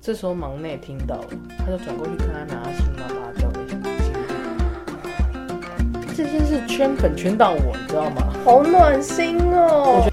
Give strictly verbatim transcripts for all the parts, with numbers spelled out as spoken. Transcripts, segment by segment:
这时候忙内听到了，他就转过去看他拿的信，然后把他交给经理。这件事圈粉圈到我，你知道吗？ 好暖心哦！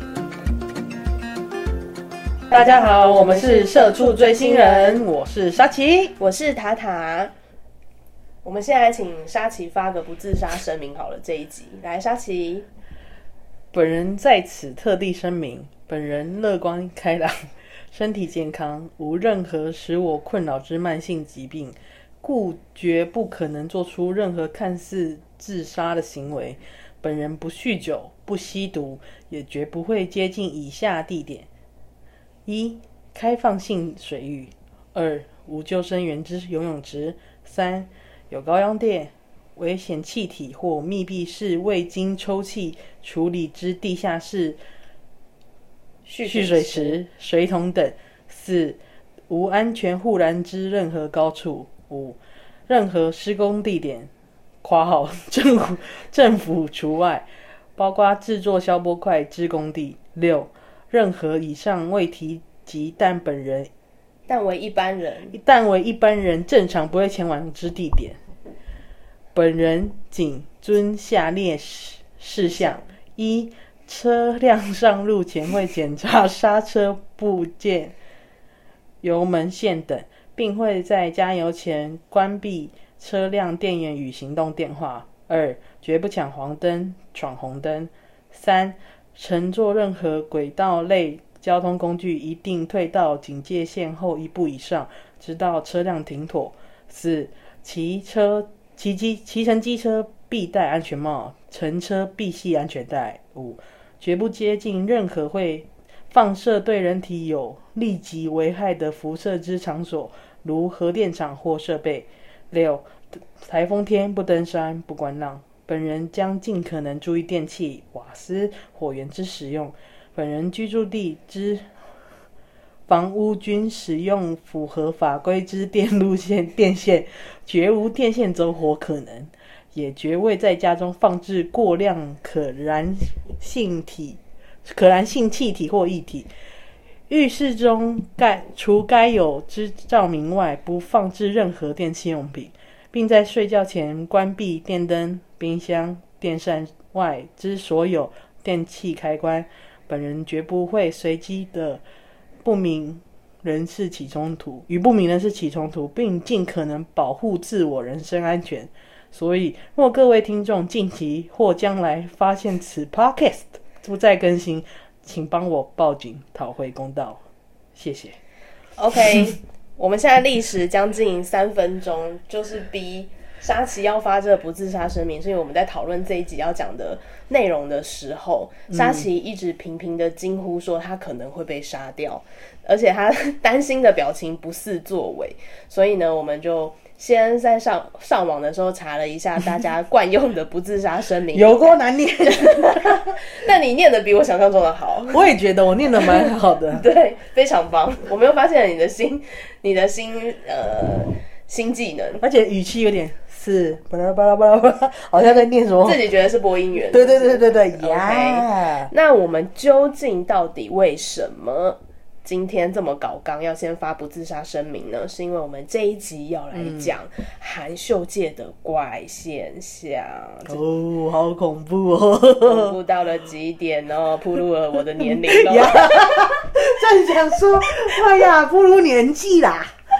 大家好，我们是社畜追星人，我是沙琪， 我是塔塔。我们现在请沙琪发个不自杀声明好了，这一集来，沙琪。 本人在此特地声明，本人乐观开朗，身体健康，无任何使我困扰之慢性疾病，故绝不可能做出任何看似自杀的行为。本人不酗酒，不吸毒，也绝不会接近以下地点：一、开放性水域；二、无救生员之游泳池；三、有高压电、危险气体或密闭式未经抽气处理之地下室蓄水池、水桶等；四、无安全护栏之任何高处；五、任何施工地点（括号政府政府除外），包括制作消波块之工地；六、任何以上未提及但本人但为一般人但为一般人正常不会前往之地点。本人谨遵下列事项：一、车辆上路前会检查刹车部件、油门线等，并会在加油前关闭车辆电源与行动电话。二、绝不抢黄灯、闯红灯。三、乘坐任何轨道类交通工具一定退到警戒线后一步以上，直到车辆停妥。四、骑车骑机骑乘机车必戴安全帽，乘车必系安全带。五、绝不接近任何会放射对人体有立即危害的辐射之场所，如核电厂或设备。六、台风天不登山、不观浪。本人将尽可能注意电器、瓦斯、火源之使用。本人居住地之房屋均使用符合法规之电路线电线，绝无电线走火可能，也绝未在家中放置过量可燃性体、可燃性气体或液体。浴室中该除该有之照明外，不放置任何电器用品，并在睡觉前关闭电灯、冰箱、电扇外之所有电器开关。本人绝不会随机的不明人士起冲突，与不明人士起冲突，并尽可能保护自我人身安全。所以，若各位听众近期或将来发现此 podcast 不再更新，请帮我报警讨回公道，谢谢。 OK， 我们现在历时将近三分钟，就是逼沙琪要发这个不自杀声明，是因为我们在讨论这一集要讲的内容的时候，沙琪一直频频的惊呼说他可能会被杀掉，而且他担心的表情不似作为，所以呢，我们就先在上上网的时候查了一下大家惯用的不自杀声明， 有够难念， 但你念的比我想象中的好， 我也觉得我念的蛮好的， 对，非常棒。我们又发现了你的新，你的新呃新技能， 而且语气有点是巴拉巴拉巴拉巴拉，好像在念什么， 自己觉得是播音员。 对对对对对对呀。那我们究竟到底为什么今天这么搞纲要先发不自杀声明呢？是因为我们这一集要来讲韩秀界的怪现象。 嗯、哦，好恐怖哦！ 恐怖到了极点哦，暴露了我的年龄哦。 正想说，哎呀，暴露年纪啦。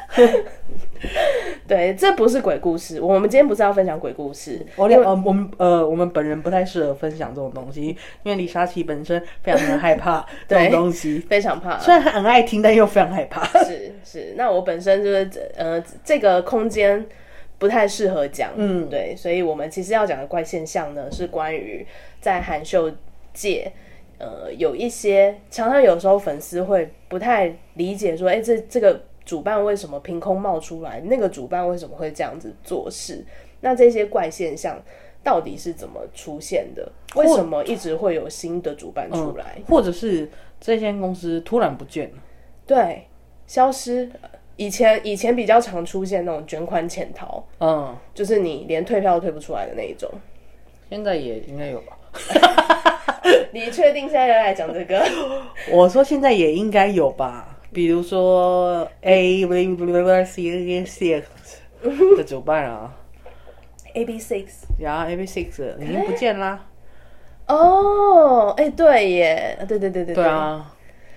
对，这不是鬼故事。我们今天不是要分享鬼故事。 我连呃，我们呃，我们本人不太适合分享这种东西，因为李沙琪本身非常的害怕这种东西， 非常怕。 虽然很爱听，但又非常害怕。 是是，那我本身就是呃，这个空间不太适合讲，嗯，对，所以我们其实要讲的怪现象呢，是关于在韩秀界。呃，有一些常常有时候粉丝会不太理解说，哎，这这个主办为什么凭空冒出来？那个主办为什么会这样子做事？那这些怪现象到底是怎么出现的？为什么一直会有新的主办出来？ 嗯、或者是这间公司突然不见了？ 对，消失。以前以前比较常出现那种卷款潜逃，嗯，就是你连退票都退不出来的那一种。 现在也应该有吧？ 你确定现在要来讲这个？ 我说现在也应该有吧。 比如说 A C C 的主办啊 A B six， 然后 A B six 已经不见啦。 哦，哎，对耶，对对对对对啊。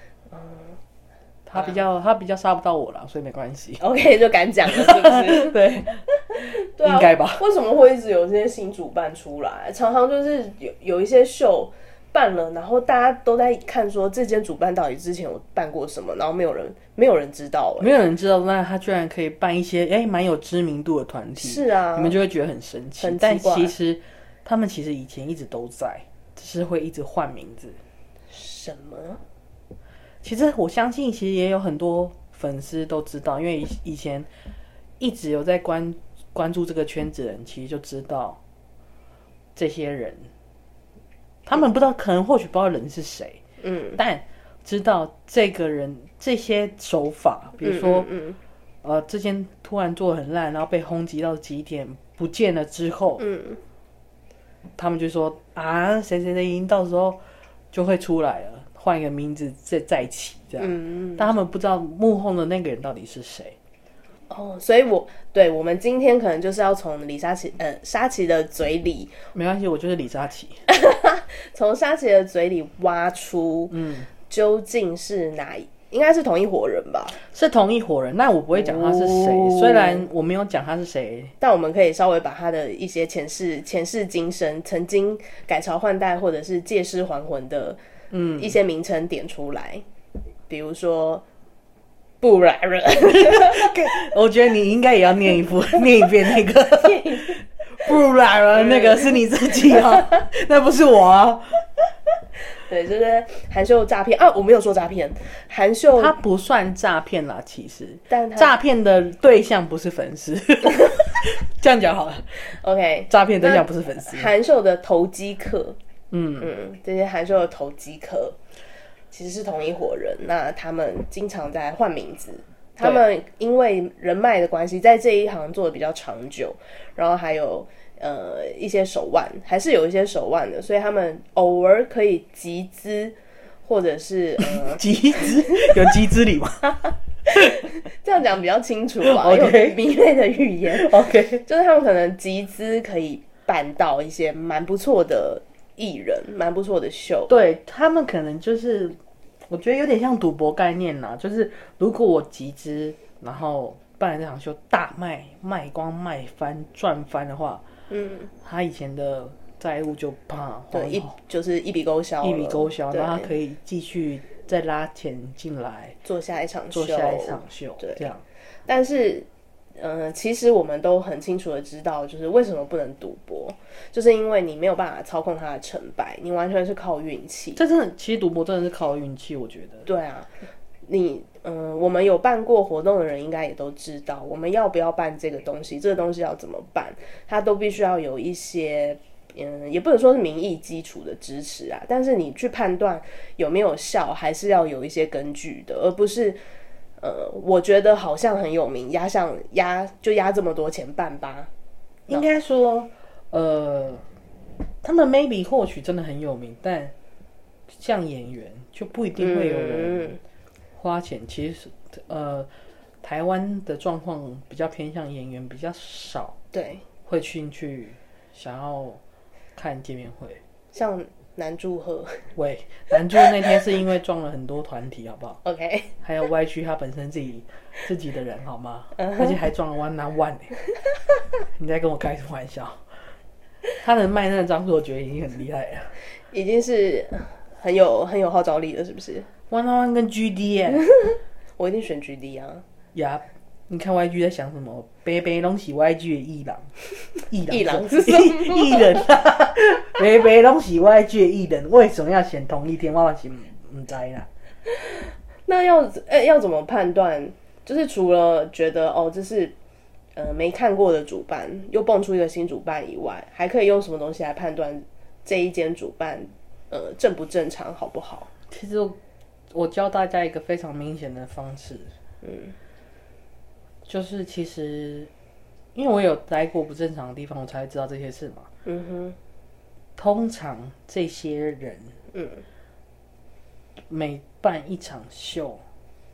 他比较他比较杀不到我啦，所以没关系。 OK， 就敢讲了，是不是？ 对， 对啊， 应该吧？ 为什么会一直有这些新主办出来？常常就是有有一些秀办了，然后大家都在看说这间主办到底之前有办过什么，然后没有人没有人知道， 没有人知道，那他居然可以办一些哎蛮有知名度的团体。 是啊， 你们就会觉得很神奇。 很但其实他们其实以前一直都在，只是会一直换名字。 什么？ 其实我相信，其实也有很多粉丝都知道，因为以前一直有在关关注这个圈子的人，其实就知道这些人。他们不知道，可能或许不知道人是谁，嗯，但知道这个人这些手法，比如说，嗯嗯嗯呃，之前突然做得很烂，然后被轰击到极点不见了之后，嗯，他们就说啊，谁谁谁已经到时候就会出来了。换一个名字再再起这样，嗯，但他们不知道幕后的那个人到底是谁。 哦，所以我对我们今天可能就是要从李莎琪呃莎琪的嘴里， 没关系，我就是李莎琪， 从莎琪的嘴里挖出，嗯，究竟是哪一？应该是同一伙人吧？ 是同一伙人，那我不会讲他是谁，哦，虽然我没有讲他是谁， 但我们可以稍微把他的一些前世前世今生，曾经改朝换代或者是借尸还魂的。嗯，一些名称点出来，比如说布莱人， 我觉得你应该也要念一部念一遍那个布莱人，那个是你自己啊，那不是我啊。 对，就是韩秀诈骗啊，我没有说诈骗，韩秀他不算诈骗啦，其实，但诈骗的对象不是粉丝，这样讲好了。 OK， 诈骗对象不是粉丝， 韩秀的投机客。嗯嗯，这些韩秀的投机客其实是同一伙人，那他们经常在换名字，他们因为人脉的关系，在这一行做的比较长久，然后还有呃一些手腕，还是有一些手腕的，所以他们偶尔可以集资，或者是呃集资有集资礼吗？ 这样讲比较清楚吧，有迷妹的语言。OK， 就是他们可能集资可以办到一些蛮不错的。艺人蛮不错的秀， 对他们可能就是，我觉得有点像赌博概念啦。就是如果我集资，然后办了这场秀大卖，卖光卖翻赚翻的话，嗯，他以前的债务就啪， 对，一就是一笔勾销， 一笔勾销，然后他可以继续再拉钱进来， 做下一场秀， 做下一场秀，对，这样。 但是。呃，其实我们都很清楚的知道，就是为什么不能赌博，就是因为你没有办法操控它的成败，你完全是靠运气。 这真的，其实赌博真的是靠运气，我觉得。 对啊，你嗯、呃，我们有办过活动的人应该也都知道，我们要不要办这个东西，这个东西要怎么办，它都必须要有一些。嗯，也不能说是民意基础的支持啊，但是你去判断有没有效，还是要有一些根据的，而不是。呃，我觉得好像很有名，压上压就压这么多钱办吧。 应该说，呃，他们 maybe 或许真的很有名，但像演员就不一定会有人花钱。嗯、其实，呃，台湾的状况比较偏向演员比较少， 对， 会进去想要看见面会， 像。南柱赫， 喂，南柱那天是因为撞了很多团体，好不好 ？OK， 还有 Y G 他本身自己自己的人，好吗？ Uh-huh. 而且还撞了 One on One， 你在跟我开什么玩笑？他能卖那个张数，我觉得已经很厉害了， 已经是很有很有号召力了，是不是 ？One on One 跟 G D 耶， 我一定选 G D 啊。 呀、yeah.你看 Y G 在想什么？北北拢是 Y G 的艺人， 艺人是什么？ 艺人啊，北北拢是 Y G 的艺人，为什么要选同一天？我是不知啦。 那要呃要怎么判断？就是除了觉得哦这是呃没看过的主办，又蹦出一个新主办以外，还可以用什么东西来判断这一间主办呃正不正常，好不好？ 其实我, 我教大家一个非常明显的方式，嗯。就是其实，因为我有待过不正常的地方，我才会知道这些事嘛。嗯哼。通常这些人，嗯，每办一场秀，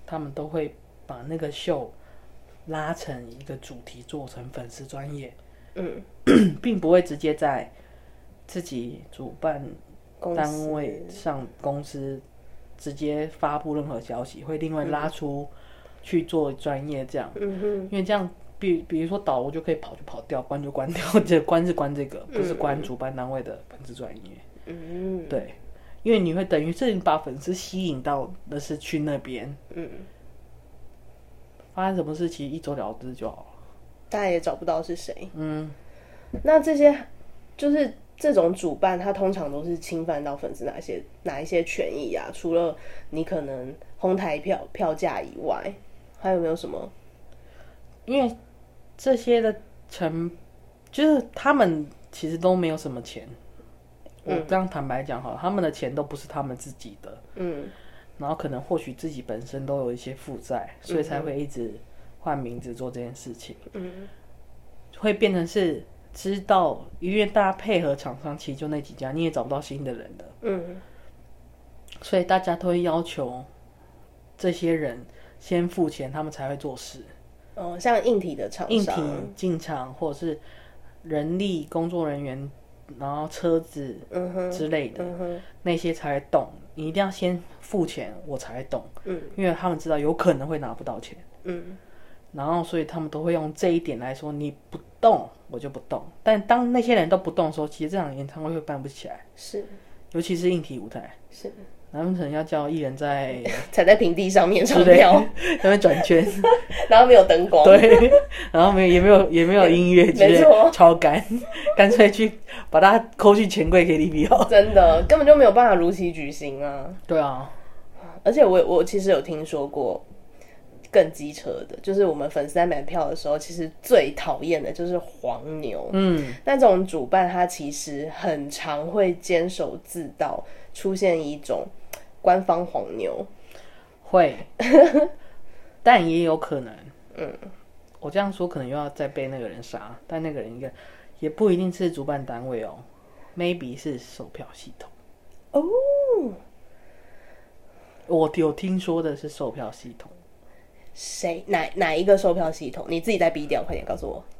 他们都会把那个秀拉成一个主题，做成粉丝专页，嗯，并不会直接在自己主办单位上公司直接发布任何消息，会另外拉出去做专业这样，嗯哼，因为这样。比比如说导游就可以跑就跑掉，关就关掉，这关是关这个，不是关主办单位的粉丝专业。嗯，对，因为你会等于是你把粉丝吸引到的是去那边，嗯，发生什么事其实一走了之就好了， 大家也找不到是谁。嗯，那这些就是这种主办，他通常都是侵犯到粉丝哪些哪一些权益啊？除了你可能哄抬票票价以外，还有没有什么？ 因为这些的成，就是他们其实都没有什么钱。嗯、我这样坦白讲哈，他们的钱都不是他们自己的。嗯。然后可能或许自己本身都有一些负债，所以才会一直换名字做这件事情。嗯。会变成是知道，因为大家配合厂商，其实就那几家，你也找不到新的人的。嗯。所以大家都会要求这些人先付钱，他们才会做事。 哦，像硬体的厂商， 硬体进场或者是人力工作人员，然后车子之类的，嗯嗯、那些才会动。你一定要先付钱，我才会动。嗯，因为他们知道有可能会拿不到钱。嗯，然后所以他们都会用这一点来说，你不动我就不动。但当那些人都不动的时候，其实这场演唱会会办不起来。 是， 尤其是硬体舞台。是。他们可能要叫艺人在踩在平地上面唱跳， 在那边转圈， 然后没有灯光， 对，然后没有也没有也没有音乐，没错，超干，干脆去把它抠去钱柜 K T V 好， 真的根本就没有办法如期举行啊。 对啊， 而且我我其实有听说过更机车的，就是我们粉丝在买票的时候，其实最讨厌的就是黄牛。嗯，那种主办他其实很常会坚守自盗，出现一种官方黄牛， 会，但也有可能。嗯，我这样说可能又要再被那个人杀，但那个人应该也不一定是主办单位哦 ，maybe 是售票系统。哦，我有听说的是售票系统。 谁哪哪一个售票系统？你自己再逼掉，快点告诉我。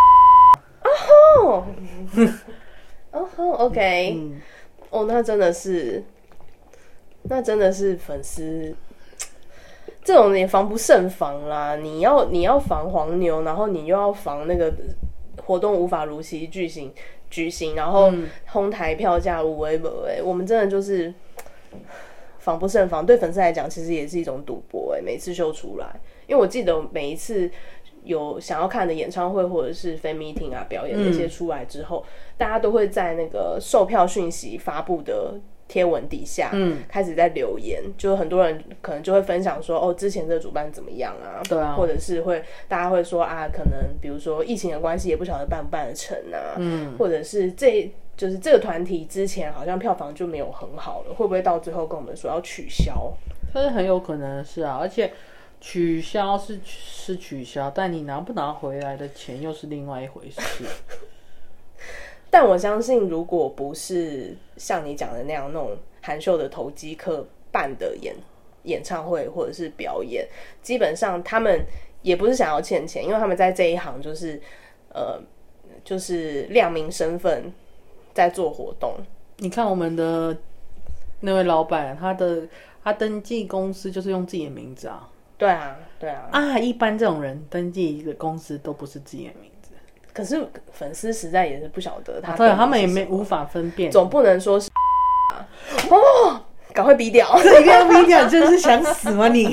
哦吼，哦吼 ，OK，嗯，哦，那真的是，那真的是粉丝，这种也防不胜防啦。你要你要防黄牛，然后你又要防那个活动无法如期举行举行，然后哄抬票价无为不为，我们真的就是防不胜防。对粉丝来讲，其实也是一种赌博哎，每次秀出来，因为我记得每一次有想要看的演唱会或者是 fan meeting 啊表演那些出来之后，嗯、大家都会在那个售票讯息发布的贴文底下，嗯，开始在留言，就很多人可能就会分享说，哦，之前这个主办怎么样啊？ 对啊， 或者是会大家会说啊，可能比如说疫情的关系，也不晓得办不办得成啊，嗯，或者是这就是这个团体之前好像票房就没有很好了，会不会到最后跟我们说要取消？ 这是很有可能的事啊，而且取消是是取消，但你拿不拿回来的钱又是另外一回事。 但我相信，如果不是像你讲的那样那种韩秀的投机客办的演演唱会或者是表演，基本上他们也不是想要欠钱，因为他们在这一行就是呃就是亮明身份在做活动。 你看我们的那位老板，他的他登记公司就是用自己的名字啊。 对啊，对啊。 啊，一般这种人登记一个公司都不是自己的名字。 可是粉丝实在也是不晓得他， 对，他们也没无法分辨， 总不能说是哦，赶快逼掉， 这一定要逼掉，真是想死吗你？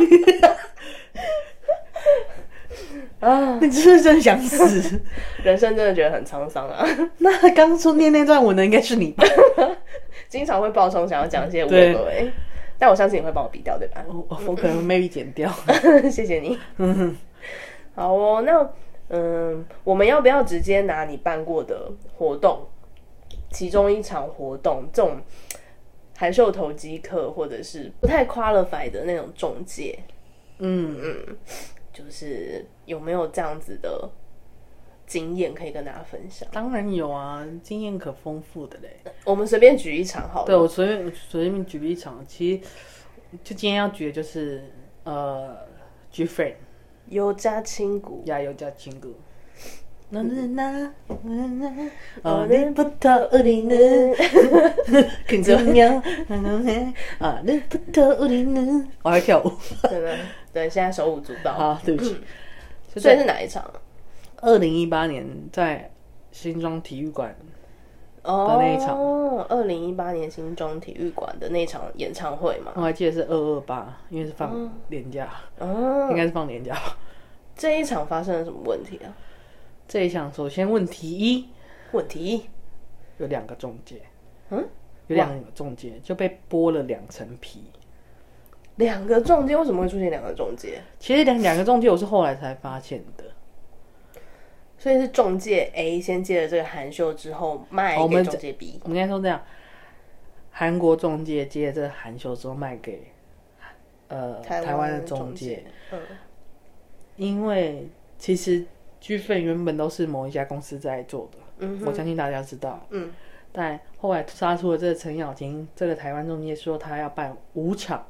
啊，你真是真想死， 人生真的觉得很沧桑啊。 那刚说念那段文的应该是你吧？ 经常会爆冲，想要讲一些无谓不为，但我相信你会帮我逼掉，对吧？ 我, 我可能 maybe 剪掉， 谢谢你。好哦，那。嗯，我们要不要直接拿你办过的活动，其中一场活动，这种韩秀投机客或者是不太 qualify 的那种中介，嗯嗯，就是有没有这样子的经验可以跟大家分享？ 当然有啊，经验可丰富的嘞。 我们随便举一场好了。 对，我随便随便举一场，其实就今天要举的就是呃 G Friend 有家亲骨， 呀，有家亲骨。那那那那哦，你不透乌里呢，更重要。啊，你不透乌里呢，我还跳舞。 真的，对，现在手舞足蹈。 好，对不起。 所以是哪一场？ 二零一八年在新庄体育馆的那一场。 哦，二零一八年新庄体育馆的那场演唱会嘛。 我还记得是二二八，因为是放年假。哦，应该是放年假吧。 这一场发生了什么问题啊？ 这一场首先问题一， 问题一有两个中介，嗯，有两个中介就被剥了两层皮。 两个中介为什么会出现两个中介？ 其实两两个中介我是后来才发现的， 所以是中介 A 先接了这个韩秀之后卖给中介 B。 我们应该说这样，韩国中介接了这个韩秀之后卖给呃台湾的中介，嗯，因为其实。G Friend原本都是某一家公司在做的，嗯，我相信大家知道，嗯，但后来杀出了这个程咬金，这个台湾中介说他要办五场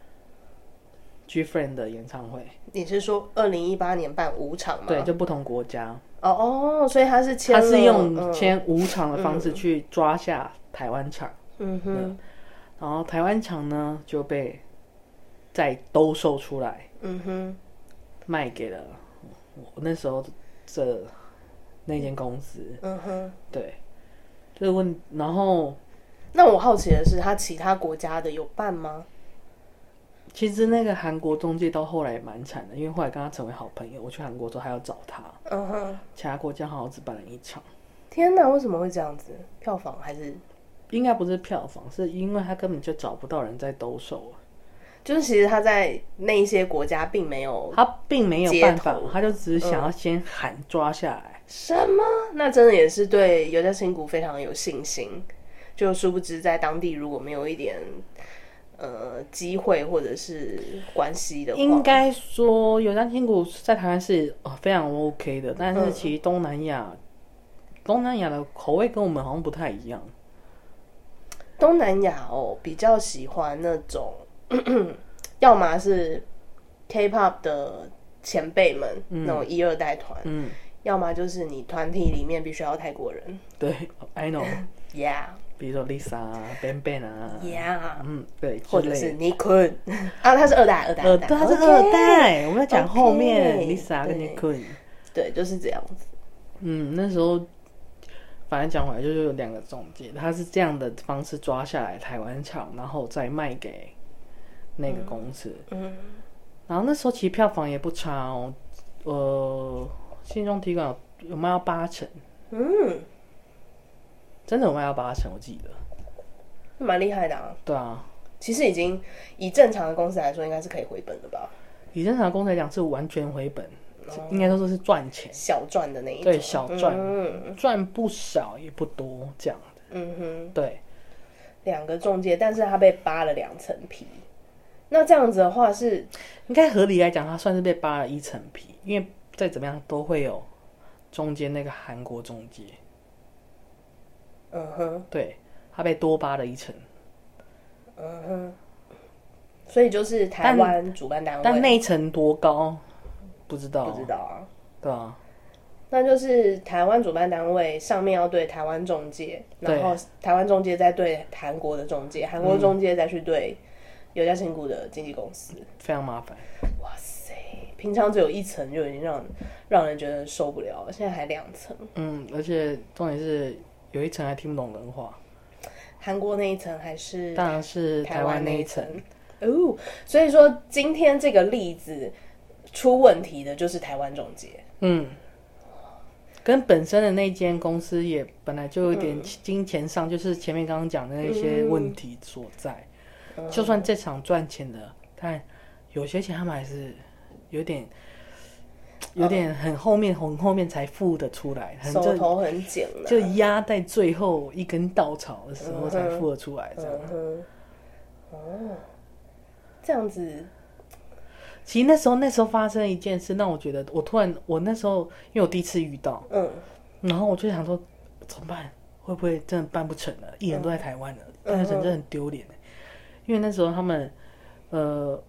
G Friend 的演唱会。 你是说二零一八年办五场吗？ 对，就不同国家。 哦哦，所以他是签了， 他是用签五场的方式去抓下台湾场，嗯哼，然后台湾场呢就被再兜售出来，嗯哼，卖给了我那时候。这那间公司，嗯哼，对，这个问，然后， 那我好奇的是，他其他国家的有办吗？ 其实那个韩国中介到后来也蛮惨的，因为后来跟他成为好朋友，我去韩国之后还要找他，嗯哼，其他国家好像只办了一场。 天哪，为什么会这样子？票房还是？ 应该不是票房，是因为他根本就找不到人在兜售。 就是其实他在那一些国家并没有， 他并没有办法，他就只是想要先喊抓下来。 嗯、什么？那真的也是对有家亲骨非常有信心。就殊不知在当地如果没有一点呃机会或者是关系的话， 应该说有家亲骨在台湾是、哦、非常 OK 的，但是其实东南亚、嗯、东南亚的口味跟我们好像不太一样。 东南亚哦，比较喜欢那种。要么是 K-pop 的前辈们、嗯、那种一二代团、嗯，要么就是你团体里面必须要泰国人。 对 ，I know 。 Yeah。 比如说 Lisa 啊 ，Ban Ban 啊。 Yeah。 嗯，对。 或者是 Nichkhun 啊，他是二代，二代， 二代，他是二代。Okay, 我们要讲后面 Lisa 跟 Nichkhun。 对，就是这样子。 嗯，那时候。反正讲回来，就是有两个中介，他是这样的方式抓下来台湾场，然后再卖给那个公司。嗯，嗯然后那时候其实票房也不差哦，呃，新庄体育馆有有卖到八成，嗯，真的有卖到八成，我记得， 蛮厉害的啊。 对啊， 其实已经以正常的公司来说，应该是可以回本的吧？ 以正常的公司来讲，是完全回本。应该说是赚钱， 小赚的那一种， 对，小赚，赚、嗯、不少也不多这样的。嗯哼，对， 两个中介，但是他被扒了两层皮。那这样子的话是， 应该合理来讲，他算是被扒了一层皮，因为再怎么样都会有中间那个韩国中介。嗯哼，对，他被多扒了一层。 嗯哼，所以就是台湾主办单位， 但, 但那一层多高？不知道， 不知道啊， 对啊， 那就是台湾主办单位上面要对台湾中介，然后台湾中介再对韩国的中介，韩国中介再去对有家亲骨的经纪公司， 非常麻烦。 哇塞，平常只有一层就已经让让人觉得受不了了，现在还两层。 嗯，而且重点是有一层还听不懂人话。 韩国那一层还是？ 当然是台湾那一层。 哦，所以说今天这个例子。出问题的就是台湾中介，嗯， 跟本身的那间公司也本来就有点金钱上，就是前面刚刚讲的那些问题所在。嗯、就算这场赚钱的，但有些钱他们还是有点、有点很后面、很后面才付得出来，很手头很紧了， 就压在最后一根稻草的时候才付得出来，这样。 嗯、哦，这样子。 其实那时候那时候发生一件事，让我觉得我突然我那时候因为我第一次遇到，嗯，然后我就想说怎么办？会不会真的办不成了？艺人都在台湾了，办不成真的很丢脸。因为那时候他们呃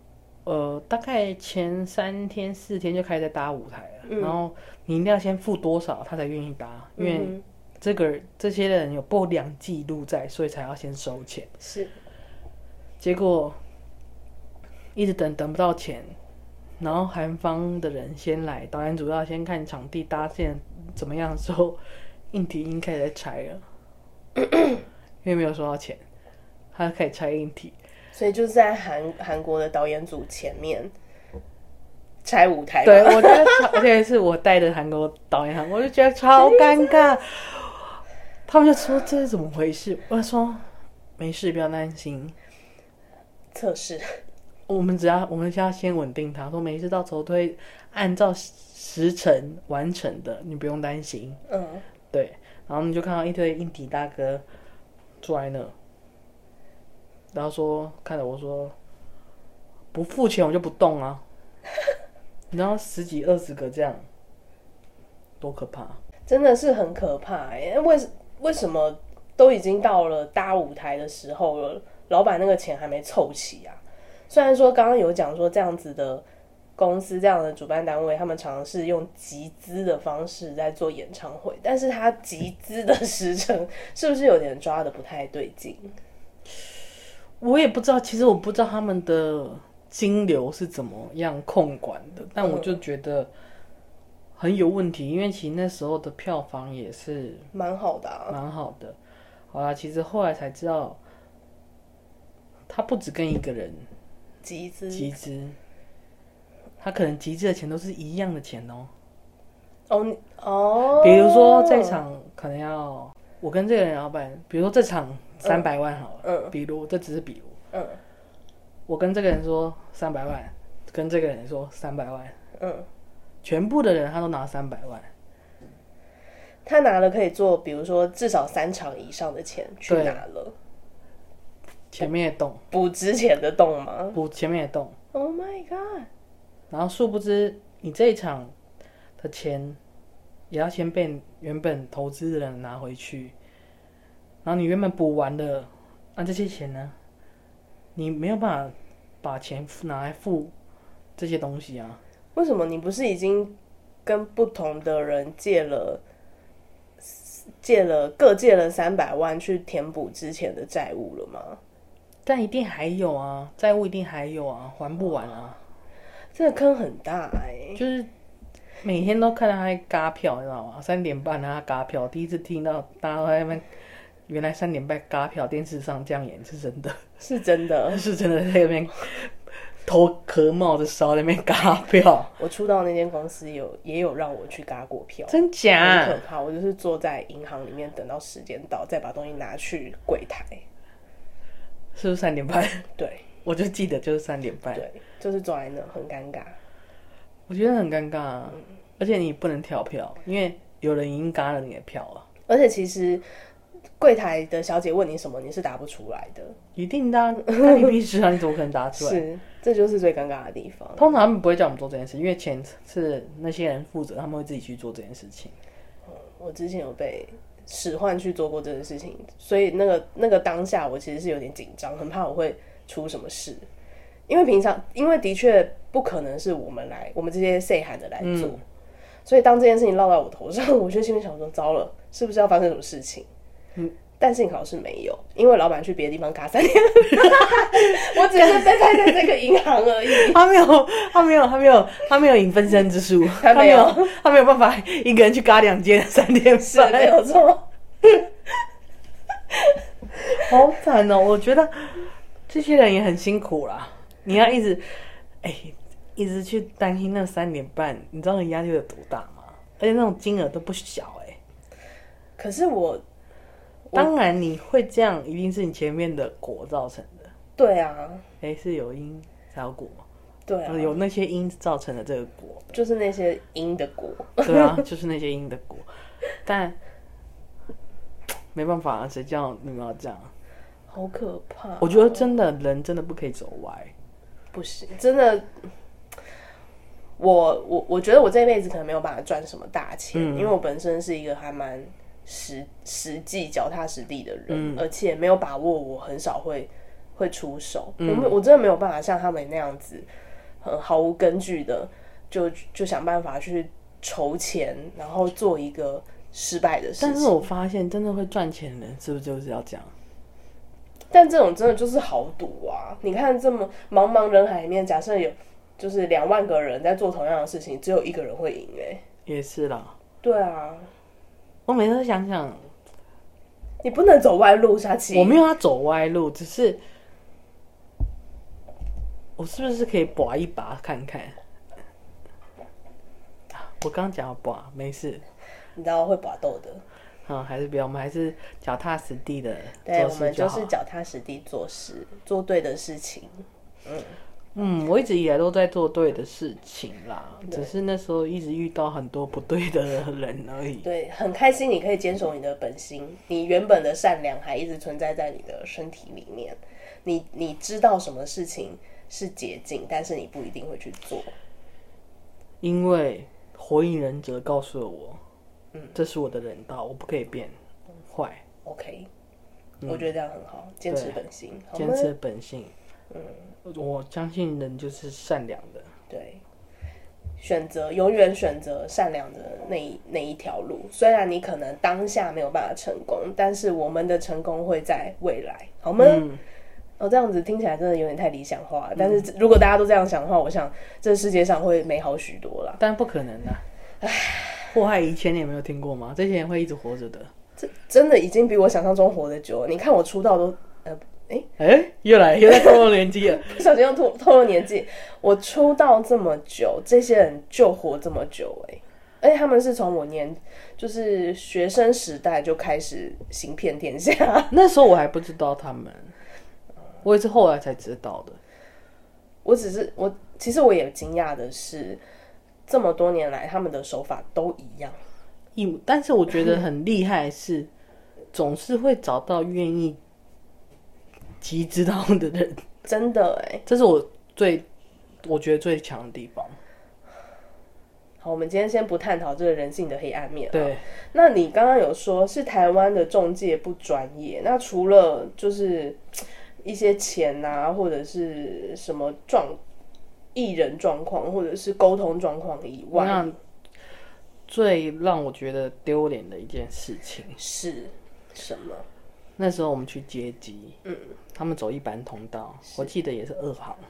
呃，大概前三天四天就开始在搭舞台了， 嗯、 然后你一定要先付多少，他才愿意搭，因为这个这些人有不良记录在，所以才要先收钱。 是， 结果一直等等不到钱，然后韩方的人先来，导演组要先看场地搭建怎么样的时候，硬体已经开始在拆了，因为没有收到钱，他开始拆硬体。 所以就是在韩韩国的导演组前面拆舞台。 对，我觉得超，而且是我带的韩国导演，我就觉得超尴尬。他们就说这是怎么回事？我说没事，不要担心。 测试， 我们只要我们只要先稳定他，说没事，到时候都会按照时程完成的，你不用担心。 嗯， 对。然后你就看到一堆硬体大哥坐在那。然后说，看着我说，不付钱我就不动啊！然后十几二十个这样，多可怕！ 真的是很可怕哎！为为什么都已经到了搭舞台的时候了，老板那个钱还没凑齐啊？虽然说刚刚有讲说这样子的公司、这样的主办单位，他们常常是用集资的方式在做演唱会，但是他集资的时程是不是有点抓的不太对劲？ 我也不知道，其实我不知道他们的金流是怎么样控管的，但我就觉得很有问题，因为其实那时候的票房也是蛮好的啊， 蛮好的。好啦，其实后来才知道，他不只跟一个人集资， 集资，他可能集资的钱都是一样的钱哦。 哦哦， 比如说这场可能要我跟这个人老板，比如说这场。三百万好了，嗯，比如这只是比如，嗯，我跟这个人说三百万，跟这个人说三百万，嗯，全部的人他都拿三百万， 他拿了可以做，比如说至少三场以上的钱去拿了， 前面的洞补之前的洞吗？ 补前面的洞 ，Oh my god！ 然后殊不知你这一场的钱也要先被原本投资的人拿回去。然后你原本补完的，那、啊、这些钱呢？你没有办法把钱拿来付这些东西啊？ 为什么你不是已经跟不同的人借了借了各借了三百万去填补之前的债务了吗？ 但一定还有啊，债务一定还有啊，还不完啊。 这个坑很大哎、欸， 就是每天都看到他在嘎票，你知道吗？三点半他嘎票，第一次听到大家都在那边。原来三点半嘎票，电视上这样演是真的， 是真的， 是真的在那边头壳冒着烧在那边嘎票。 我出道那间公司有也有让我去嘎过票， 真假？ 很可怕！我就是坐在银行里面等到时间到，再把东西拿去柜台。 是不是三点半？ 对， 我就记得就是三点半。 对，就是坐在那，很尴尬。 我觉得很尴尬啊，嗯、而且你不能跳票，因为有人已经嘎了你的票了。 而且其实。柜台的小姐问你什么，你是答不出来的。 一定的、啊，看你屁事啊！你怎么可能答出来？ 是，这就是最尴尬的地方。 通常他们不会叫我们做这件事，因为钱是那些人负责，他们会自己去做这件事情。 嗯、我之前有被使唤去做过这件事情，所以那个那个当下，我其实是有点紧张，很怕我会出什么事。因为平常，因为的确不可能是我们来，我们这些 say 喊的来做，嗯、所以当这件事情落到我头上，我就心里想说：糟了，是不是要发生什么事情？嗯，但幸好是没有，因为老板去别的地方嘎三天，我只是被派在这个银行而已。 他没有，他没有，他没有，他没有引分身之术，他没有，他没有办法一个人去嘎两间三天半， 是没有错。 好惨哦！我觉得这些人也很辛苦啦，你要一直哎、欸，一直去担心那三点半，你知道那压力有多大吗？而且那种金额都不小哎、欸。 可是我。 当然，你会这样，一定是你前面的果造成的。 对啊， 哎、欸，是有因才有果。 对啊， 有那些因造成的这个果， 就是那些因的果。 对啊，就是那些因的果。但没办法，谁叫你们要这样？ 好可怕！ 我觉得真的人真的不可以走歪， 不行，真的。我我我觉得我这辈子可能没有办法赚什么大钱，嗯、因为我本身是一个还蛮。实实际脚踏实地的人，嗯、而且没有把握，我很少会会出手。嗯、我我真的没有办法像他们那样子， 很毫无根据的就就想办法去筹钱，然后做一个失败的事情。 但是我发现真的会赚钱的人是不是就是要这样？ 但这种真的就是豪赌啊！你看这么茫茫人海里面，假设有就是两万个人在做同样的事情，只有一个人会赢哎、欸。 也是啦。 对啊， 我每次都想想， 你不能走歪路，沙琪。 我没有要走歪路，只是我是不是可以拔一拔看看？我刚讲要拔，没事。 你知道会拔豆的。 嗯，还是不要，我们还是脚踏实地的做事就好。 对，我们就是脚踏实地做事，做对的事情。嗯嗯，我一直以来都在做对的事情啦，只是那时候一直遇到很多不对的人而已。 对，很开心你可以坚守你的本心，你原本的善良还一直存在在你的身体里面。你你知道什么事情是捷径，但是你不一定会去做， 因为火影忍者告诉了我。嗯，这是我的人道，我不可以变坏。 OK，、嗯、我觉得这样很好，坚持本心， 坚持本性。嗯，我相信人就是善良的。 对，选择永远选择善良的那一那一条路。虽然你可能当下没有办法成功，但是我们的成功会在未来，好吗？嗯哦，这样子听起来真的有点太理想化了。但是如果大家都这样想的话，我想这世界上会美好许多啦。 但不可能的。唉。祸害一千，你有没有听过吗？这些人会一直活着的。 这真的已经比我想象中活得久了。你看我出道都，呃，哎、 欸、哎、欸，又来又在透露年纪了， 不小心又透透露年纪。我出道这么久，这些人就活这么久哎、欸，而且他们是从我年就是学生时代就开始行遍天下。 那时候我还不知道他们，我也是后来才知道的。 我只是我其实我也惊讶的是。这么多年来，他们的手法都一样， 一但是我觉得很厉害是，总是会找到愿意极知道的人， 真的哎， 这是我最我觉得最强的地方。 好，我们今天先不探讨这个人性的黑暗面。 对， 那你刚刚有说是台湾的仲介不专业，那除了就是一些钱啊，或者是什么状。艺人状况或者是沟通状况以外， 那最让我觉得丢脸的一件事情是什么？ 那时候我们去接机，嗯，他们走一般通道，我记得也是二行。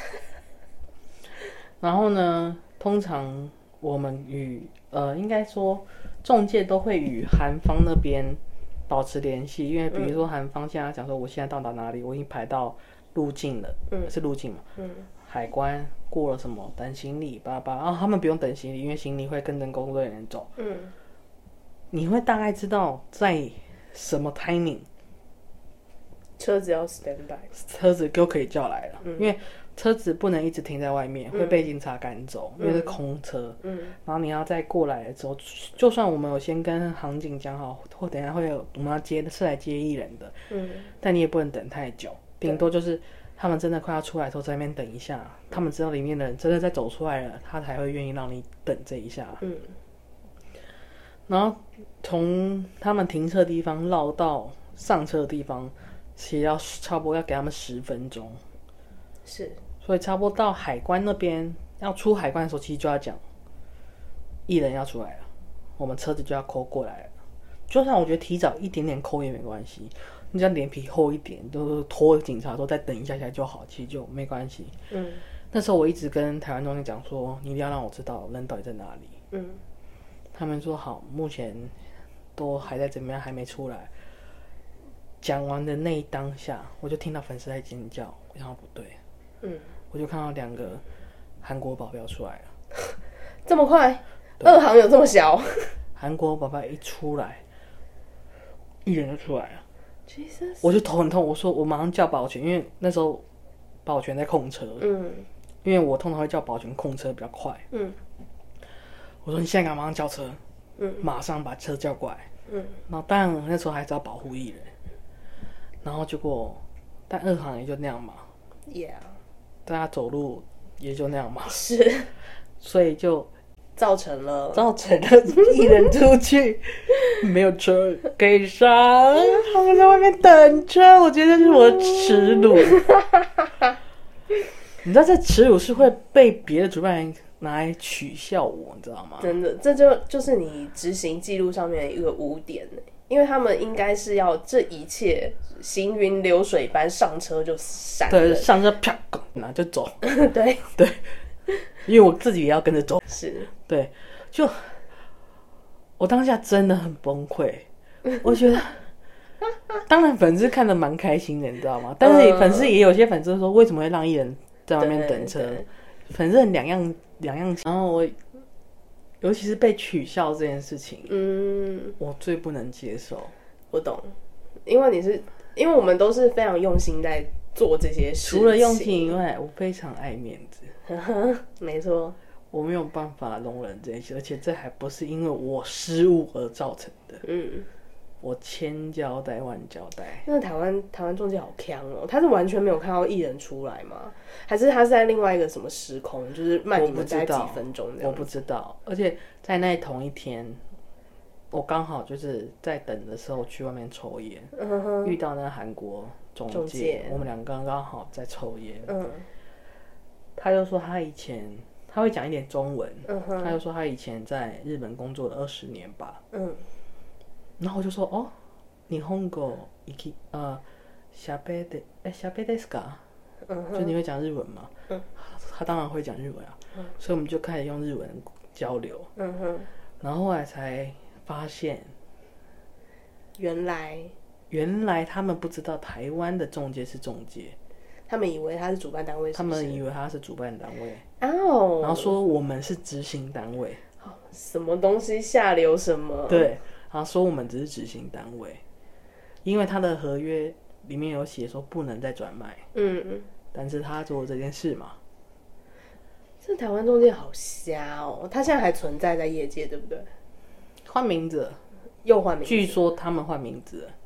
然后呢，通常我们与呃，应该说仲介都会与韩方那边保持联系，因为比如说韩方现在讲说我现在到达哪里，我已经排到路径了，嗯，是路径嘛，嗯。海关过了什么等行李巴拉巴拉，然后他们不用等行李，因为行李会跟着工作人员走。嗯，你会大概知道在什么 timing， 车子要 stand by， 车子就可以叫来了，嗯、因为车子不能一直停在外面，会被警察赶走，嗯、因为是空车。嗯，然后你要再过来的时候，就算我们有先跟航警讲好，或等一下会有我们要接是来接艺人的，嗯，但你也不能等太久，顶多就是。他们真的快要出来的时候，在那边等一下。他们知道里面的人真的在走出来了，他才会愿意让你等这一下。嗯。然后从他们停车的地方绕到上车的地方，其实要差不多要给他们十分钟。 是。 所以差不多到海关那边要出海关的时候，其实就要讲艺人要出来了，我们车子就要扣过来了。就算我觉得提早一点点扣也没关系。你只要脸皮厚一点，都拖警察说再等一下下就好，其实就没关系。嗯，那时候我一直跟台湾中介讲说，你一定要让我知道人到底在哪里。嗯，他们说好，目前都还在怎么样，还没出来。讲完的那一当下，我就听到粉丝在尖叫，我想到不对。嗯，我就看到两个韩国保镖出来了， 这么快？二行有这么小？ 韩国保镖一出来，艺人就出来了。 Jesus. 我就头很痛，我说我马上叫保全，因为那时候保全在控车，嗯，因为我通常会叫保全控车比较快，嗯，我说你现在赶马上叫车，嗯，马上把车叫过来，嗯，然后当然那时候还是要保护艺人，然后结果但二行也就那样嘛 ，Yeah， 大家走路也就那样嘛， 是， 所以就。 造成了造成了艺人出去没有车可以上，他们在外面等车，我觉得这是我的耻辱。 你知道这耻辱是会被别的主办人拿来取笑我，你知道吗？ 真的，这就就是你执行记录上面的一个污点，因为他们应该是要这一切行云流水般上车就闪人， 对，上车啪，然后就走。 对对，因为我自己也要跟着走。 是， 对，就我当下真的很崩溃，我觉得。当然，粉丝看得蛮开心的，你知道吗？但是粉丝也有些粉丝说，为什么会让艺人在外面等车？粉丝很两样两样。然后我，尤其是被取笑这件事情，嗯，我最不能接受。 我懂，因为你是，因为我们都是非常用心在做这些事情。 除了用心以外，我非常爱面子。 没错， 我没有辦法容忍这些，而且这还不是因为我失误而造成的。嗯。我千交代万交代， 那台湾台湾中介好强哦，他是完全没有看到艺人出来吗？还是他是在另外一个什么时空，就是慢你们在几分钟这样？ 我不知道，而且在那同一天，我刚好就是在等的时候去外面抽烟，嗯、遇到那个韩国中介，中介我们两个刚刚好在抽烟，嗯，他就说他以前他会讲一点中文，嗯、他就说他以前在日本工作了二十年吧，嗯。然后我就说哦，日本語行き呃，喋ってえ喋ですか？就你会讲日文吗？嗯，他当然会讲日文啊，嗯、所以我们就开始用日文交流。嗯哼，然后后来才发现， 原来原来他们不知道台湾的中介是中介， 他们以为他是主办单位是不是， 他们以为他是主办单位哦， 然后说我们是执行单位， 什么东西下流什么？ 对。然后说我们只是执行单位，因为他的合约里面有写说不能再转卖，嗯嗯，但是他做这件事嘛， 这台湾中介好瞎哦，他现在还存在在业界，对不对？ 换名字了， 又换名字， 据说他们换名字了，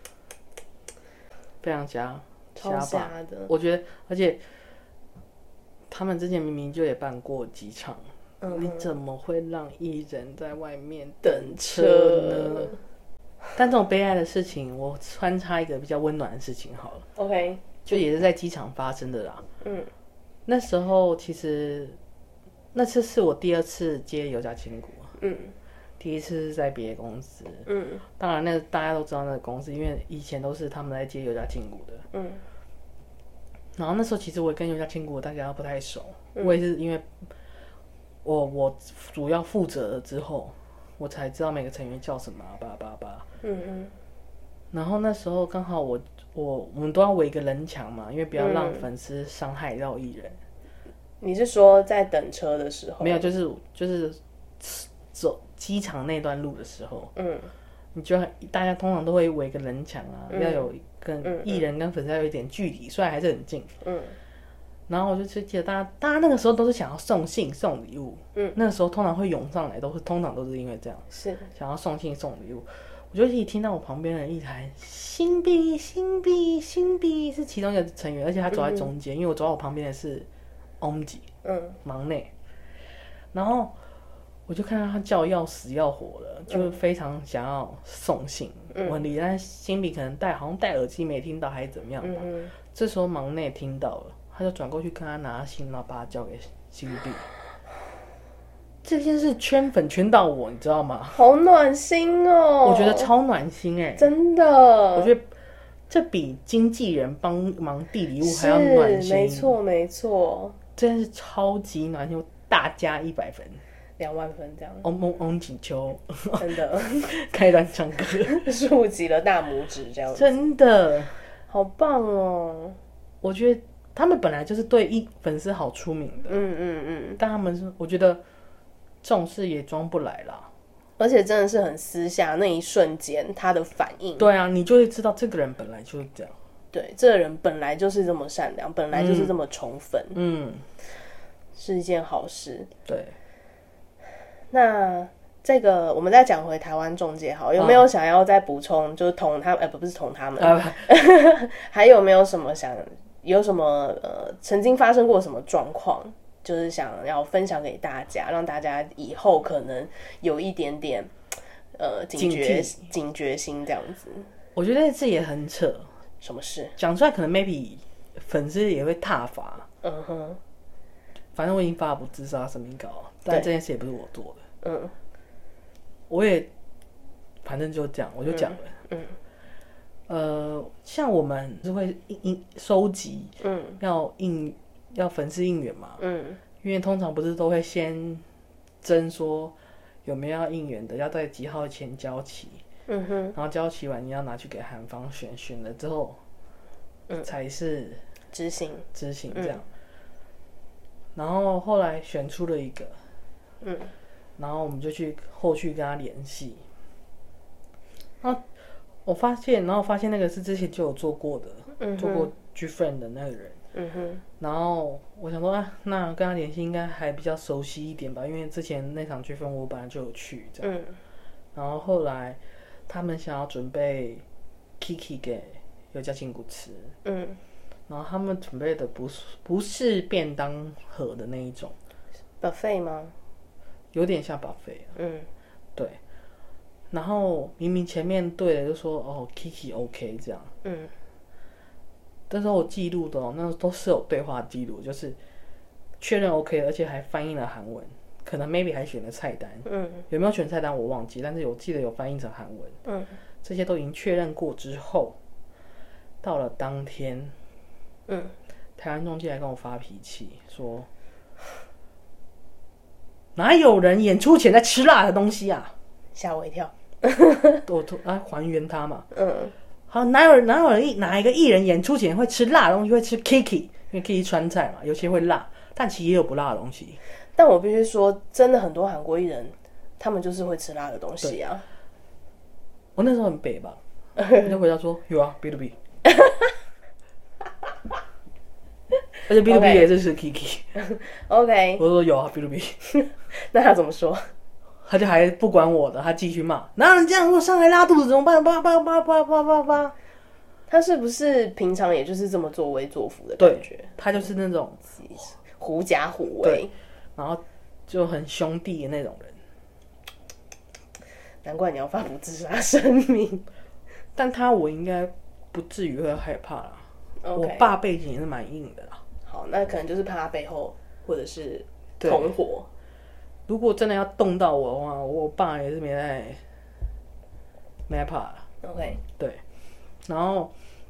非常瞎， 超瞎的。 我觉得，而且他们之前明明就也办过几场。嗯、你怎么会让艺人在外面等车呢？但这种悲哀的事情，我穿插一个比较温暖的事情好了。 OK， 就也是在机场发生的啦。嗯，那时候其实那次是我第二次接有价千古。嗯，第一次是在别的公司。嗯，当然那大家都知道那个公司，因为以前都是他们在接有价千古的。嗯，然后那时候其实我跟有价千古大家不太熟，嗯、我也是因为。我我主要负责了之后，我才知道每个成员叫什么啊，叭叭叭。嗯嗯。然后那时候刚好我我我们都要围一个人墙嘛，因为不要让粉丝伤害到艺人。 嗯、你是说在等车的时候？ 没有，就是就是走机场那段路的时候，嗯，你就大家通常都会围个人墙啊，嗯、要有跟艺人跟粉丝要有一点距离，虽然还是很近。嗯。然后我就记得大家，大家那个时候都是想要送信送礼物，嗯，那个时候通常会涌上来，都是通常都是因为这样， 是想要送信送礼物。我就一听到我旁边的人一台新币新币新币是其中一个成员，而且他走在中间，嗯、因为我走到我旁边的是翁吉，嗯，忙内，然后我就看到他叫要死要活的，就非常想要送信。嗯、我离但新币可能戴好像戴耳机没听到还是怎么样吧，嗯、这时候忙内听到了。他就转过去跟他拿信，然后把他交给新币。这件事圈粉圈到我，你知道吗？ 好暖心哦！ 我觉得超暖心哎、欸， 真的。 我觉得这比经纪人帮忙递礼物还要暖心。 没错没错， 这件事超级暖心，大加一百分， 两万分这样。 翁翁翁锦秋真的开段唱歌， 竖起了大拇指这样子， 真的好棒哦！ 我觉得。他们本来就是对一粉丝好出名的，嗯嗯嗯，但他们是我觉得这种事也装不来啦， 而且真的是很私下那一瞬间他的反应， 对啊，你就会知道这个人本来就是这样， 对，这个人本来就是这么善良，本来就是这么宠粉，嗯，是一件好事， 对。 那这个我们再讲回台湾中介好，有没有想要再补充？就是同他们，呃，不不是同他们，啊、还有没有什么想？有什么呃，曾经发生过什么状况，就是想要分享给大家，让大家以后可能有一点点呃警觉警觉心这样子。 我觉得这也很扯， 什么事？ 讲出来可能 maybe 粉丝也会挞伐， 嗯哼， 反正我已经发布自杀声明稿了，但这件事也不是我做的。 嗯， 我也反正就这样，我就讲了。 嗯， 呃，像我们是会应应收集， 嗯， 要应要粉丝应援嘛， 嗯， 因为通常不是都会先征说有没有要应援的，要在几号前交齐， 嗯哼， 然后交齐完你要拿去给韩方选，选了之后，嗯，才是执行执行这样。然后后来选出了一个， 嗯， 然后我们就去后续跟他联系，然后我发现，然后发现那个是之前就有做过的，嗯、做过 G Friend 的那个人，嗯哼，然后我想说啊，那跟他联系应该还比较熟悉一点吧，因为之前那场 G Friend 我本来就有去这样，嗯，然后后来他们想要准备 Kiki 给尤佳庆谷吃，嗯。然后他们准备的不是不是便当盒的那一种 buffet 吗？ 有点像 buffet， 嗯，对。然后明明前面对的就说哦 Kiki OK 这样，嗯，但是我记录的、哦、那都是有对话记录，就是确认 OK， 而且还翻译了韩文，可能 maybe 还选了菜单，嗯，有没有选菜单我忘记，但是我记得有翻译成韩文，嗯，这些都已经确认过之后，到了当天。嗯，台湾中介来跟我发脾气，说哪有人演出前在吃辣的东西啊？ 吓我一跳。 我啊还原他嘛。嗯。好，哪有哪有人哪一个艺人演出前会吃辣的东西？会吃 Kiki， 因为 Kiki 川菜嘛，有些会辣，但其实也有不辣的东西。 但我必须说，真的很多韩国艺人，他们就是会吃辣的东西啊。 我那时候很北吧，我就回答说有啊 ，B to B。而且 B to B 也是 Kiki。OK。我说有啊 ，B to B。 那他怎么说？ 他就还不管我的，他继续骂。哪有人这样？如果上来拉肚子怎么办？叭叭叭叭叭叭叭。 他是不是平常也就是这么作威作福的感觉？ 他就是那种狐假虎威， 然后就很兄弟的那种人。 难怪你要发布自杀声明。 但他我应该不至于会害怕啦。Okay. 我爸背景也是蛮硬的啦。 好，那可能就是怕他背后或者是同伙。 如果真的要动到我的话，我爸也是没在没在怕啦。 OK。 对，然后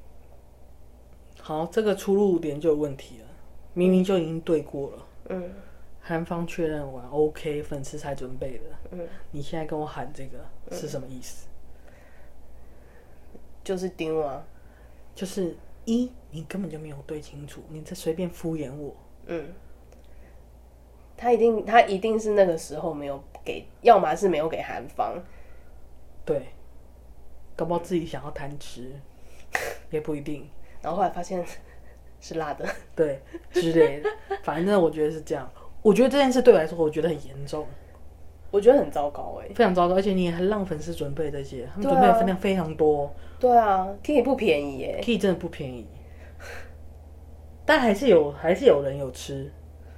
好，这个出入点就有问题了，明明就已经对过了。嗯。韩方确认完 OK， 粉丝才准备的。嗯。你现在跟我喊这个是什么意思？ 嗯、就是丢啊。 就是一，你根本就没有对清楚，你在随便敷衍我。嗯。 他一定，他一定是那个时候没有给，要么是没有给韩方。 对。搞不好自己想要贪吃，也不一定。 然后后来发现是辣的。 对，之类的。反正我觉得是这样。我觉得这件事对我来说，我觉得很严重。 我觉得很糟糕哎、欸， 非常糟糕，而且你还让粉丝准备这些，他们准备的分量非常多。 对啊 ，Kiki 不便宜耶 ，Kiki 真的不便宜。但还是有，还是有人有吃。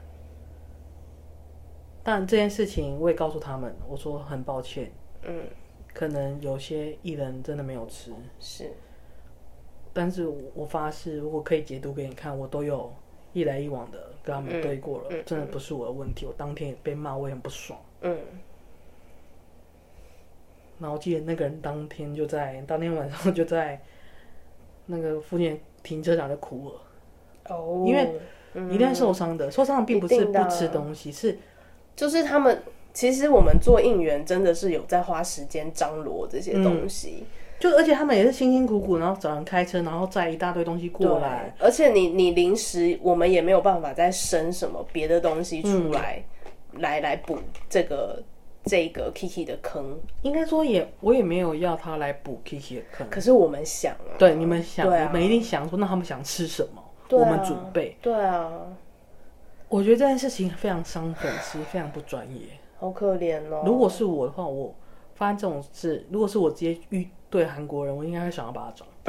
但这件事情我也告诉他们，我说很抱歉，嗯，可能有些艺人真的没有吃， 是。但是我发誓，如果可以解读给你看，我都有一来一往的跟他们对过了，嗯嗯、真的不是我的问题。我当天也被骂，我也很不爽。嗯。然后我记得那个人当天就在当天晚上就在那个附近停车场就哭了。哦。因为一定受伤的，受伤的并不是不吃东西，是就是他们其实我们做应援真的是有在花时间张罗这些东西。嗯， 就而且他们也是辛辛苦苦，然后找人开车，然后载一大堆东西过来。 而且你你临时我们也没有办法再生什么别的东西出来，嗯、来来补这个这个 Kiki 的坑。 应该说也我也没有要他来补 Kiki 的坑。 可是我们想啊， 对你们想，啊、你们一定想说，那他们想吃什么，啊、我们准备。 对啊， 我觉得这件事情非常伤粉丝，非常不专业， 好可怜哦。 如果是我的话，我发生这种事，如果是我直接遇。对韩国人，我应该会想要巴掌。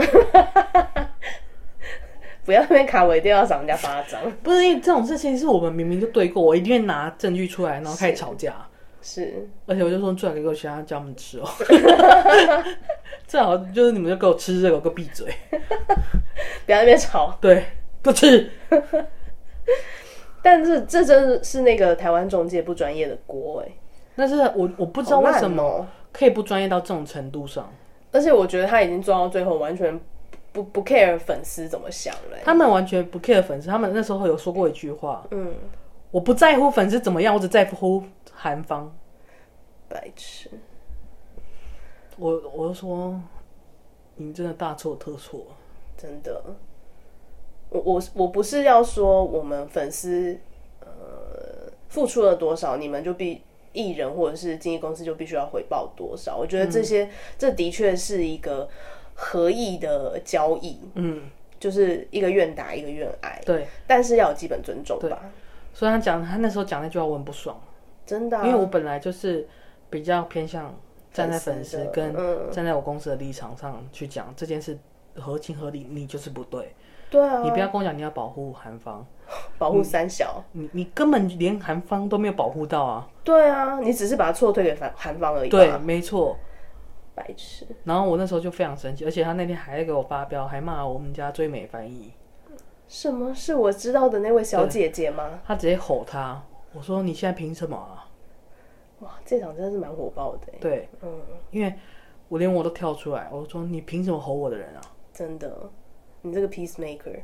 不要那边卡我，一定要赏人家巴掌。 不是因为这种事情是我们明明就对过，我一定会拿证据出来，然后开始吵架。 是，是而且我就说最好给我其他叫他们吃哦。最好就是你们就给我吃这个，给我闭嘴。 不要在那边吵。 对，给我吃。 但是这真的是那个台湾中介不专业的锅哎。 但是我我不知道为什么可以不专业到这种程度上， 而且我觉得他已经做到最后完全不不 care 粉丝怎么想了、欸。 他们完全不 care 粉丝，他们那时候有说过一句话，嗯，我不在乎粉丝怎么样，我只在乎韩方。 白痴！ 我我就说，你真的大错特错， 真的。我我我不是要说我们粉丝呃付出了多少，你们就必艺人或者是经纪公司就必须要回报多少。我觉得这些、嗯、这的确是一个合意的交易，嗯，就是一个愿打一个愿挨， 对， 但是要有基本尊重吧。 所以他讲他那时候讲那句话我很不爽， 真的、啊， 因为我本来就是比较偏向站在粉丝跟站在我公司的立场上去讲这件事合情合理，你就是不对。 对啊， 你不要跟我讲你要保护韩方， 保护三小， 你你根本连韩方都没有保护到啊！ 对啊，你只是把错推给韩方而已。 对，没错， 白痴。 然后我那时候就非常生气，而且他那天还给我发飙，还骂我们家最美翻译。 什么是我知道的那位小姐姐吗？ 他直接吼他，我说你现在凭什么啊？ 哇，这场真的是蛮火爆的。 对，嗯，因为我连我都跳出来，我说你凭什么吼我的人啊？ 真的。你这个 peacemaker，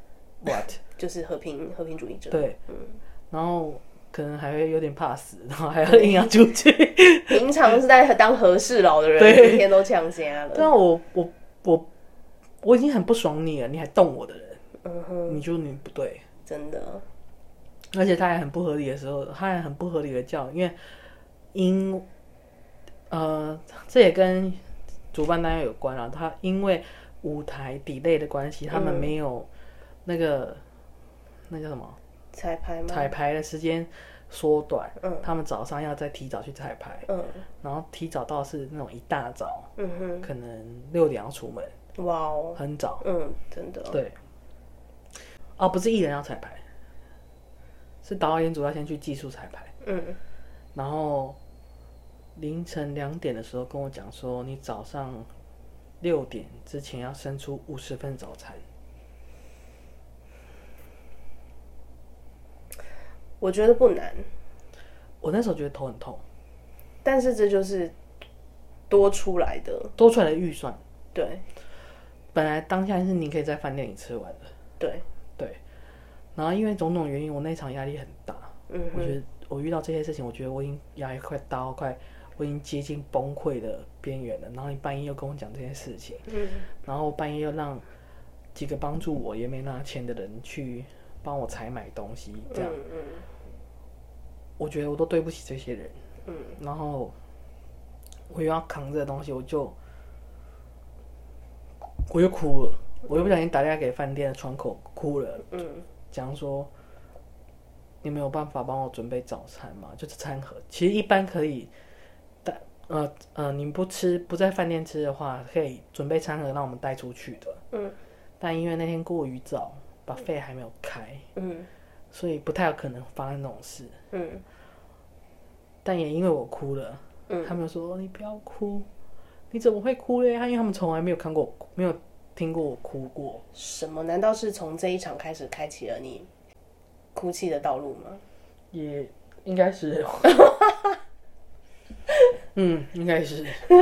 what 就是和平和平主义者。 对，嗯，然后可能还会有点怕死，然后还要硬要出去。 平常是在当和事佬的人，今天都呛瞎了。 对啊，我我我我已经很不爽你了，你还动我的人，嗯哼，你就你不对， 真的。 而且他还很不合理的时候，他还很不合理的叫，因为因呃这也跟主办单位有关啊，他因为舞台 delay 的关系，他们没有那个、嗯、那叫什么彩排吗？ 彩排的时间缩短，嗯，他们早上要再提早去彩排，嗯，然后提早到是那种一大早，嗯哼，可能六点要出门， 哇哦， 很早， 嗯，真的， 对，哦，不是艺人要彩排，是导演组要先去技术彩排，嗯，然后凌晨两点的时候跟我讲说，你早上六点之前要生出五十份早餐。 我觉得不难， 我那时候觉得头很痛， 但是这就是多出来的多出来的预算。 对， 本来当下是你可以在饭店里吃完的。 对对，然后因为种种原因，我那场压力很大。嗯，我觉得我遇到这些事情，我觉得我已经压力快大到快。我已经接近崩溃的边缘了，然后你半夜又跟我讲这件事情，嗯，然后半夜又让几个帮助我也没拿钱的人去帮我采买东西，这样，嗯嗯，我觉得我都对不起这些人，嗯，然后我又要扛这个东西，我就我又哭了，我又不小心打电话给饭店的窗口哭了，嗯，讲说你没有办法帮我准备早餐吗？就是餐盒，其实一般可以。呃呃，你不吃不在饭店吃的话，可以准备餐盒让我们带出去的。嗯，但因为那天过于早，把费还没有开，嗯，所以不太有可能发生那种事。嗯，但也因为我哭了，嗯，他们说你不要哭，你怎么会哭嘞？因为他们从来没有看过，没有听过我哭过。 什么？难道是从这一场开始开启了你哭泣的道路吗？ 也应该是。嗯，应该是，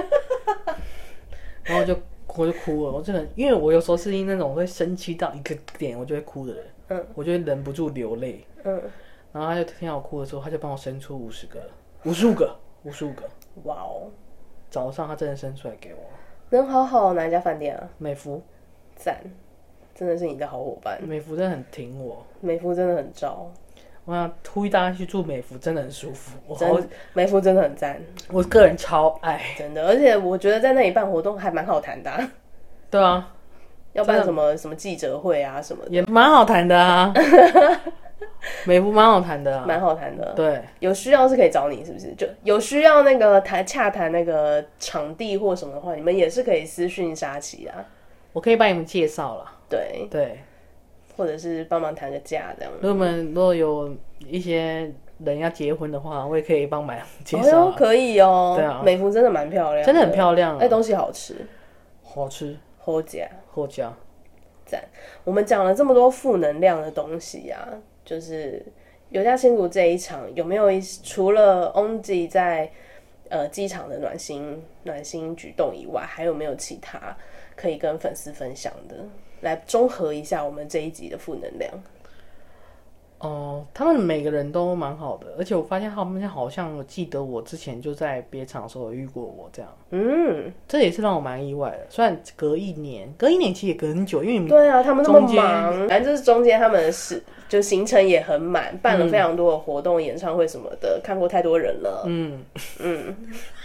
然后就我就哭了，我真的，因为我有时候是那种会生气到一个点，我就会哭的人，嗯，我就会忍不住流泪，嗯，然后他就听到我哭的时候，他就帮我生出五十个、五十五个、五十五个， 哇哦！ 早上他真的生出来给我， 人好好，哪一家饭店啊？ 美孚， 赞，真的是你的好伙伴。 美孚真的很挺我， 美孚真的很招。 我想呼吁大家去住美孚，真的很舒服。我好，美孚真的很赞， 我个人超爱， 真的。而且我觉得在那里办活动还蛮好谈的、啊。 对啊， 要办什么什么记者会啊什么的， 也蛮好谈的啊。美孚蛮好谈的、啊， 蛮好谈的。 对， 有需要是可以找你，是不是？就有需要那个谈洽谈那个场地或什么的话，你们也是可以私讯沙琪啊。 我可以帮你们介绍了。 对对。 或者是帮忙谈个价这样。 如果我们如果有一些人要结婚的话，我也可以帮忙介绍、啊。 哦，可以哦。 对啊， 美孚真的蛮漂亮的， 真的很漂亮、啊。 哎，东西好吃， 好吃， 好吃， 好吃。 赞！我们讲了这么多负能量的东西啊， 就是尤加青谷这一场有没有一除了 Ongi 在呃机场的暖心暖心举动以外，还有没有其他可以跟粉丝分享的，来综合一下我们这一集的负能量？ 哦、呃，他们每个人都蛮好的，而且我发现他们好像我记得我之前就在别场的时候有遇过我这样，嗯，这也是让我蛮意外的。虽然隔一年，隔一年其实也隔很久，因为对啊，他们那么忙，反正就是中间他们的事就行程也很满，办了非常多的活动、嗯、演唱会什么的，看过太多人了，嗯嗯，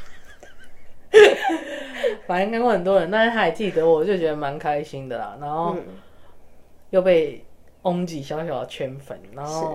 反正看过很多人，但是他还记得我，就觉得蛮开心的啦。然后又被Ongi小小的圈粉，然后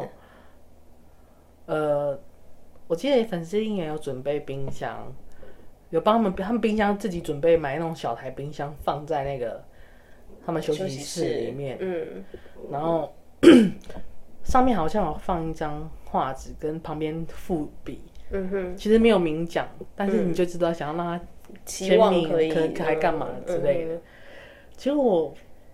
呃，我记得粉丝应该有准备冰箱，有帮他们，他们冰箱自己准备买那种小台冰箱放在那个他们休息室里面，嗯，然后上面好像有放一张画纸跟旁边附笔，嗯哼，其实没有明讲，但是你就知道想要让他签名，可以还干嘛之类的。结果我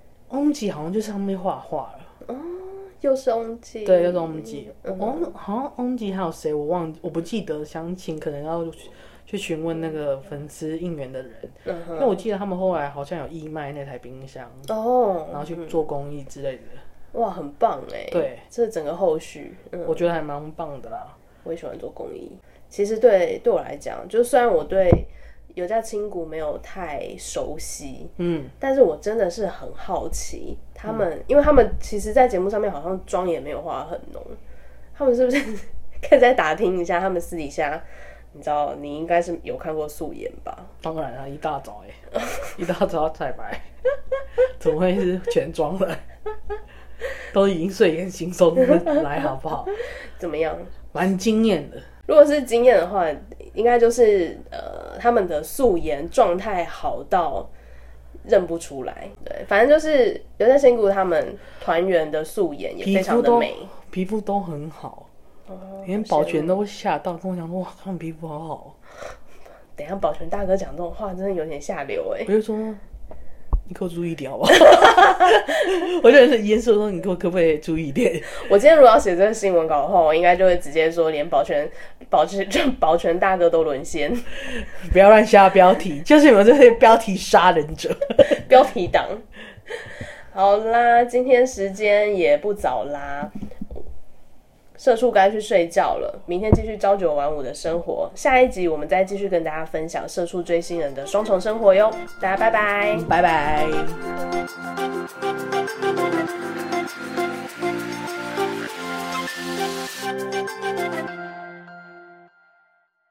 Ongi好像就上面画画了。 哦，又是Ongi， 对，又是Ongi。哦，好像Ongi还有谁我忘，我不记得，详情可能要去询问那个粉丝应援的人，嗯、因为我记得他们后来好像有义卖那台冰箱，哦，然后去做公益之类的。 哇，很棒哎！对，这整个后续， 嗯、我觉得还蛮棒的啦。 我也喜欢做公益。其实对对我来讲，就虽然我对尤加青谷没有太熟悉，嗯，但是我真的是很好奇他们，嗯、因为他们其实，在节目上面好像妆也没有化很浓，他们是不是可以再打听一下，他们私底下，你知道，你应该是有看过素颜吧？ 当然啊，一大早哎，一大早彩排，怎么会是全妆了？都已经睡眼惺忪来，好不好？ 怎么样？ 蛮惊艳的。 如果是经验的话，应该就是呃，他们的素颜状态好到认不出来。对，反正就是尤加青谷他们团员的素颜也非常的美， 皮肤都很好，哦、连保全都吓到，跟我讲说哇，他们皮肤好好。 等一下，保全大哥讲这种话真的有点下流哎。 我就说，你给我注意一点好不好？我就很严肃说，你给我可不可以注意一点？ 我今天如果要写这个新闻稿的话，我应该就会直接说，连保全、保全、保全大哥都沦陷。 不要乱下标题，就是你们这些标题杀人者、 标题党。好啦，今天时间也不早啦。社畜该去睡觉了，明天继续朝九晚五的生活。下一集我们再继续跟大家分享社畜追星人的双重生活哟。大家拜拜， 拜拜。